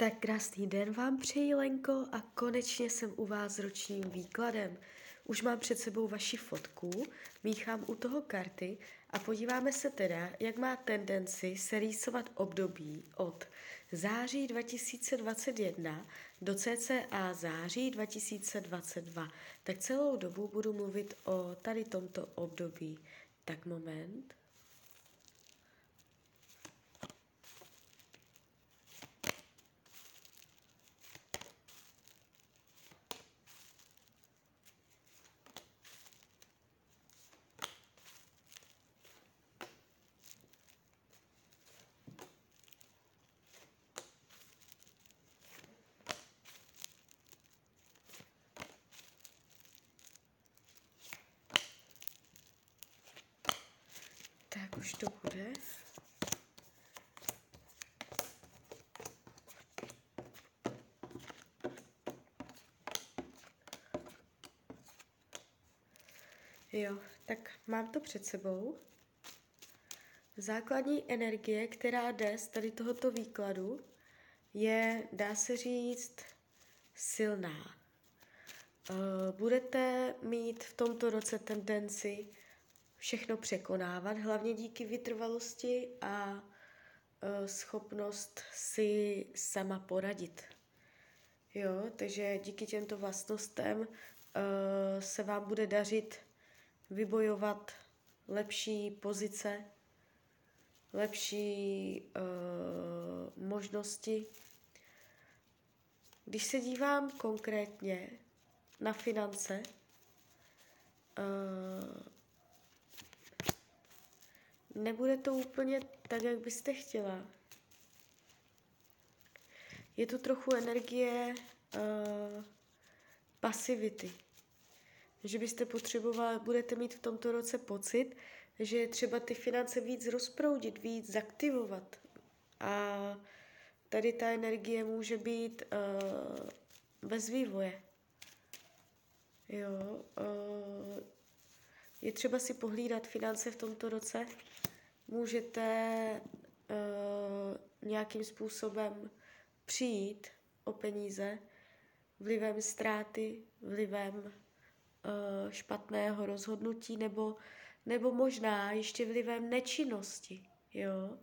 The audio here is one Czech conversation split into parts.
Tak krásný den vám přeji, Lenko, a konečně jsem u vás s ročním výkladem. Už mám před sebou vaši fotku, míchám u toho karty a podíváme se teda, jak má tendenci se rýsovat období od září 2021 do cca září 2022. Tak celou dobu budu mluvit o tady tomto období. Tak moment. Tak už to bude. Jo, tak mám to před sebou. Základní energie, která jde z tady tohoto výkladu, je, dá se říct, silná. Budete mít v tomto roce tendenci všechno překonávat, hlavně díky vytrvalosti a schopnost si sama poradit. Jo, takže díky těmto vlastnostem se vám bude dařit vybojovat lepší pozice, lepší možnosti. Když se dívám konkrétně na finance, nebude to úplně tak, jak byste chtěla. Je tu trochu energie pasivity. Že byste potřebovala, budete mít v tomto roce pocit, že je třeba ty finance víc rozproudit, víc zaktivovat. A tady ta energie může být bez vývoje. Jo, je třeba si pohlídat finance v tomto roce. Můžete nějakým způsobem přijít o peníze vlivem ztráty, vlivem špatného rozhodnutí nebo možná ještě vlivem nečinnosti. Jo?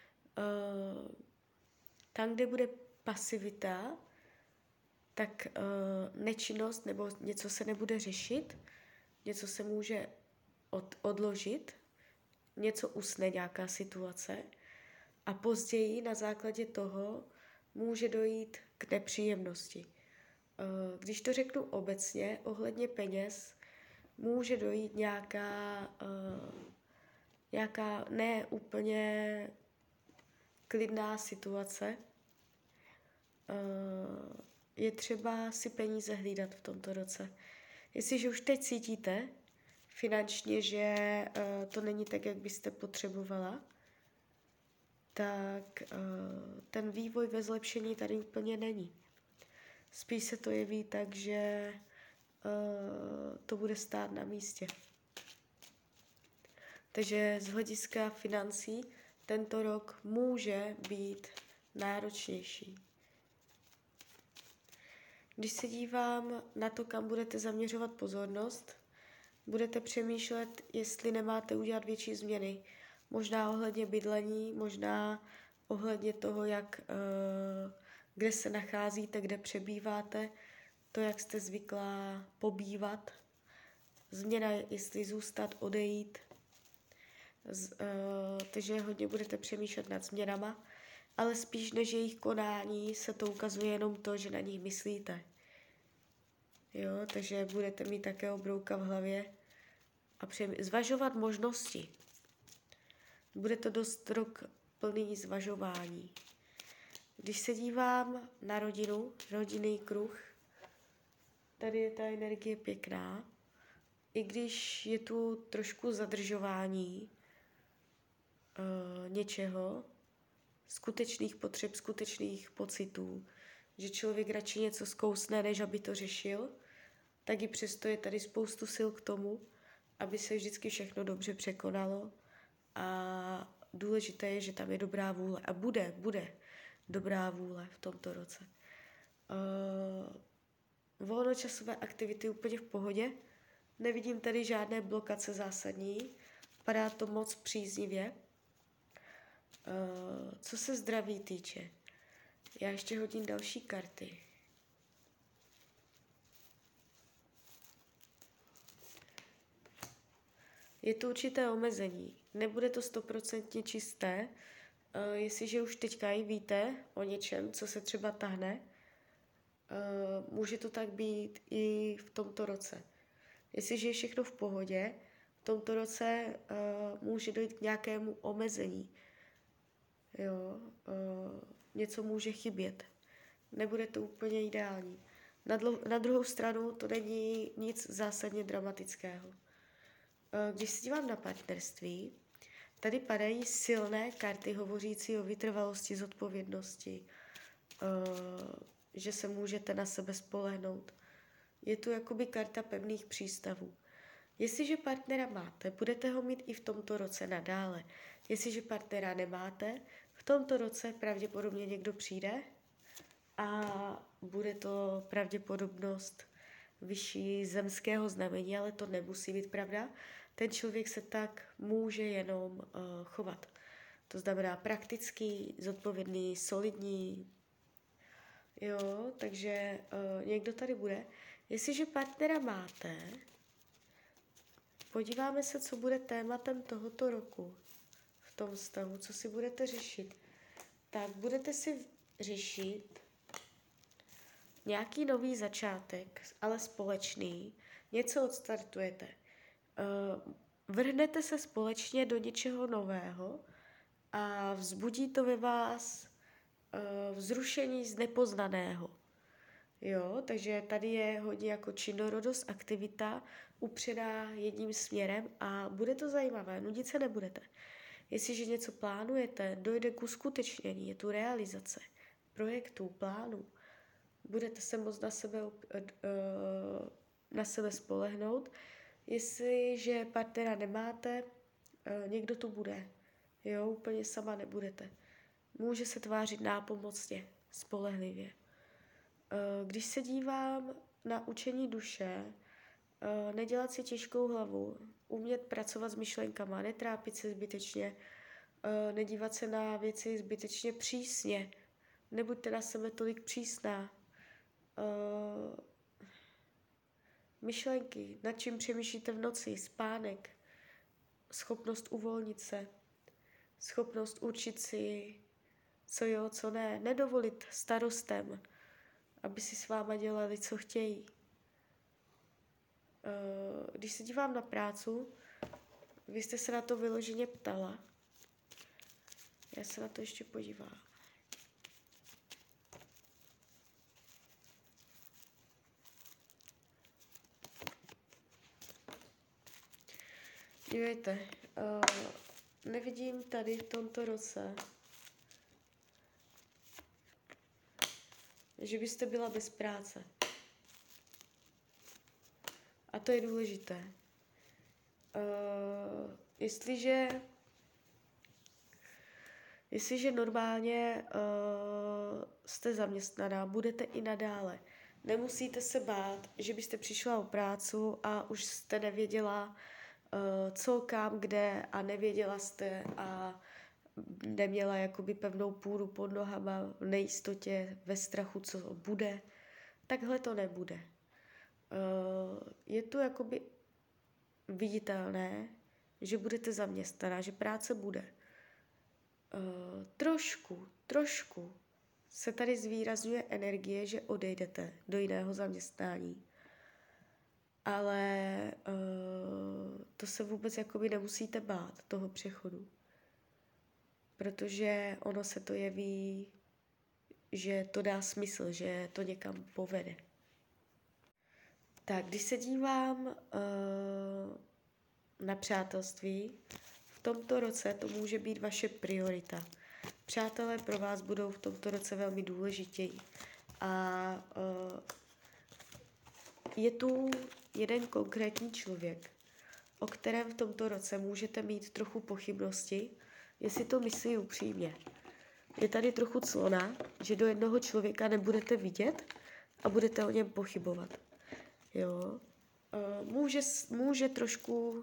Tam, kde bude pasivita, tak nečinnost nebo něco se nebude řešit, něco se může odložit, něco usne nějaká situace a později na základě toho může dojít k nepříjemnosti. Když to řeknu obecně, ohledně peněz, může dojít nějaká ne úplně klidná situace. Je třeba si peníze hlídat v tomto roce. Jestliže už teď cítíte finančně, že to není tak, jak byste potřebovala, tak ten vývoj ve zlepšení tady úplně není. Spíš se to jeví tak, že to bude stát na místě. Takže z hlediska financí tento rok může být náročnější. Když se dívám na to, kam budete zaměřovat pozornost, budete přemýšlet, jestli nemáte udělat větší změny. Možná ohledně bydlení, možná ohledně toho, kde se nacházíte, kde přebýváte, to, jak jste zvyklá pobývat. Změna, jestli zůstat, odejít. Takže hodně budete přemýšlet nad změnama, ale spíš než jejich konání se to ukazuje jenom to, že na nich myslíte. Jo, takže budete mít také obrouka v hlavě a zvažovat možnosti. Bude to dost rok plný zvažování. Když se dívám na rodinu, rodinný kruh, tady je ta energie pěkná. I když je tu trošku zadržování něčeho, skutečných potřeb, skutečných pocitů, že člověk radši něco zkousne, než aby to řešil, tak i přesto je tady spoustu sil k tomu, aby se vždycky všechno dobře překonalo a důležité je, že tam je dobrá vůle a bude. dobrá vůle v tomto roce. Volnočasové aktivity úplně v pohodě. Nevidím tady žádné blokace zásadní. Padá to moc příznivě. Co se zdraví týče, já ještě hodím další karty. Je to určité omezení. Nebude to 100% čisté. Jestliže už teďka i víte o něčem, co se třeba tahne, může to tak být i v tomto roce. Jestliže je všechno v pohodě, v tomto roce může dojít k nějakému omezení. Jo, něco může chybět. Nebude to úplně ideální. Na druhou stranu to není nic zásadně dramatického. Když se dívám na partnerství, tady padají silné karty hovořící o vytrvalosti, zodpovědnosti, že se můžete na sebe spolehnout. Je tu jakoby karta pevných přístavů. Jestliže partnera máte, budete ho mít i v tomto roce nadále. Jestliže partnera nemáte, v tomto roce pravděpodobně někdo přijde a bude to pravděpodobnost vyšší zemského znamení, ale to nemusí být pravda. Ten člověk se tak může jenom chovat. To znamená praktický, zodpovědný, solidní. Jo, takže někdo tady bude. Jestliže partnera máte, podíváme se, co bude tématem tohoto roku v tom vztahu, co si budete řešit. Tak budete si řešit nějaký nový začátek, ale společný. Něco odstartujete. Vrhnete se společně do něčeho nového a vzbudí to ve vás vzrušení z nepoznaného. Jo, takže tady je hodně jako činorodost, aktivita upřená jedním směrem a bude to zajímavé, nudit se nebudete. Jestliže něco plánujete, dojde k uskutečnění, je tu realizace projektů, plánů. Budete se moct na sebe spolehnout. Jestliže partnera nemáte, někdo tu bude. Jo, úplně sama nebudete. Může se tvářit nápomocně, spolehlivě. Když se dívám na učení duše, nedělat si těžkou hlavu, umět pracovat s myšlenkama, netrápit se zbytečně, nedívat se na věci zbytečně přísně, nebuďte na sebe tolik přísná. Myšlenky, nad čím přemýšlíte v noci, spánek, schopnost uvolnit se, schopnost určit si, co jo, co ne, nedovolit starostem, aby si s váma dělali, co chtějí. Když se dívám na prácu, vy jste se na to vyloženě ptala. Já se na to ještě podívám. Dívejte, nevidím tady v tomto roce, že byste byla bez práce. A to je důležité. Jestliže normálně jste zaměstnaná, budete i nadále. Nemusíte se bát, že byste přišla o práci a už jste nevěděla, co, kam, kde a nevěděla jste a neměla jakoby pevnou půdu pod nohama, v nejistotě, ve strachu, co bude. Takhle to nebude. Je tu jakoby viditelné, že budete zaměstnaná, že práce bude. Trošku se tady zvýrazňuje energie, že odejdete do jiného zaměstnání. Ale to se vůbec jakoby nemusíte bát, toho přechodu. Protože ono se to jeví, že to dá smysl, že to někam povede. Tak, když se dívám na přátelství, v tomto roce to může být vaše priorita. Přátelé pro vás budou v tomto roce velmi důležití. A je tu jeden konkrétní člověk, o kterém v tomto roce můžete mít trochu pochybnosti, jestli to myslí upřímně. je tady trochu clona, že do jednoho člověka nebudete vidět a budete o něm pochybovat. Jo. Může trošku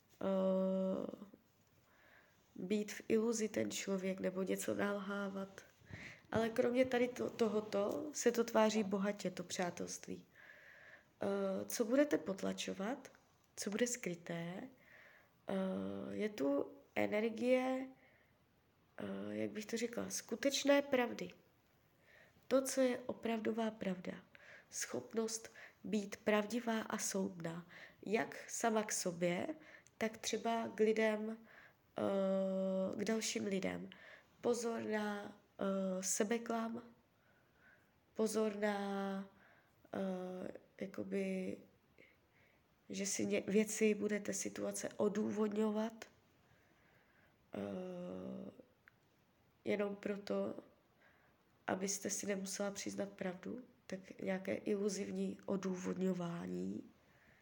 být v iluzi ten člověk nebo něco nalhávat. Ale kromě tady tohoto se to tváří bohatě, to přátelství. Co budete potlačovat, co bude skryté, je tu energie, jak bych to řekla, skutečné pravdy. To, co je opravdová pravda. Schopnost být pravdivá a soudná. Jak sama k sobě, tak třeba k lidem, k dalším lidem. Pozor na sebeklam, pozor na jakoby, že si věci budete situace odůvodňovat jenom proto, abyste si nemusela přiznat pravdu, tak nějaké iluzivní odůvodňování.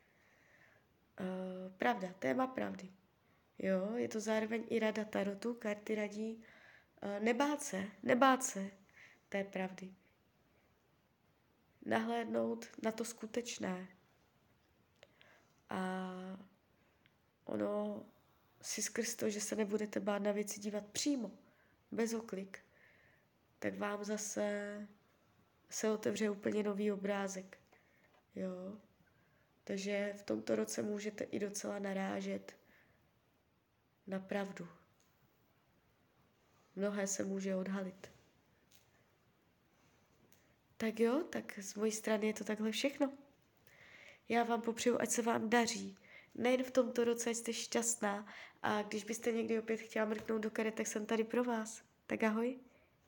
Pravda, téma pravdy. Jo, je to zároveň i rada tarotu, karty radí nebát se té pravdy. Nahlédnout na to skutečné. A ono si skrz to, že se nebudete bát na věci dívat přímo, bez oklik, tak vám zase se otevře úplně nový obrázek. Jo? Takže v tomto roce můžete i docela narážet na pravdu. Mnohé se může odhalit. Tak jo, tak z mojí strany je to takhle všechno. Já vám popřeju, ať se vám daří. Nejen v tomto roce, ať jste šťastná. A když byste někdy opět chtěla mrknout do karet, tak jsem tady pro vás. Tak ahoj.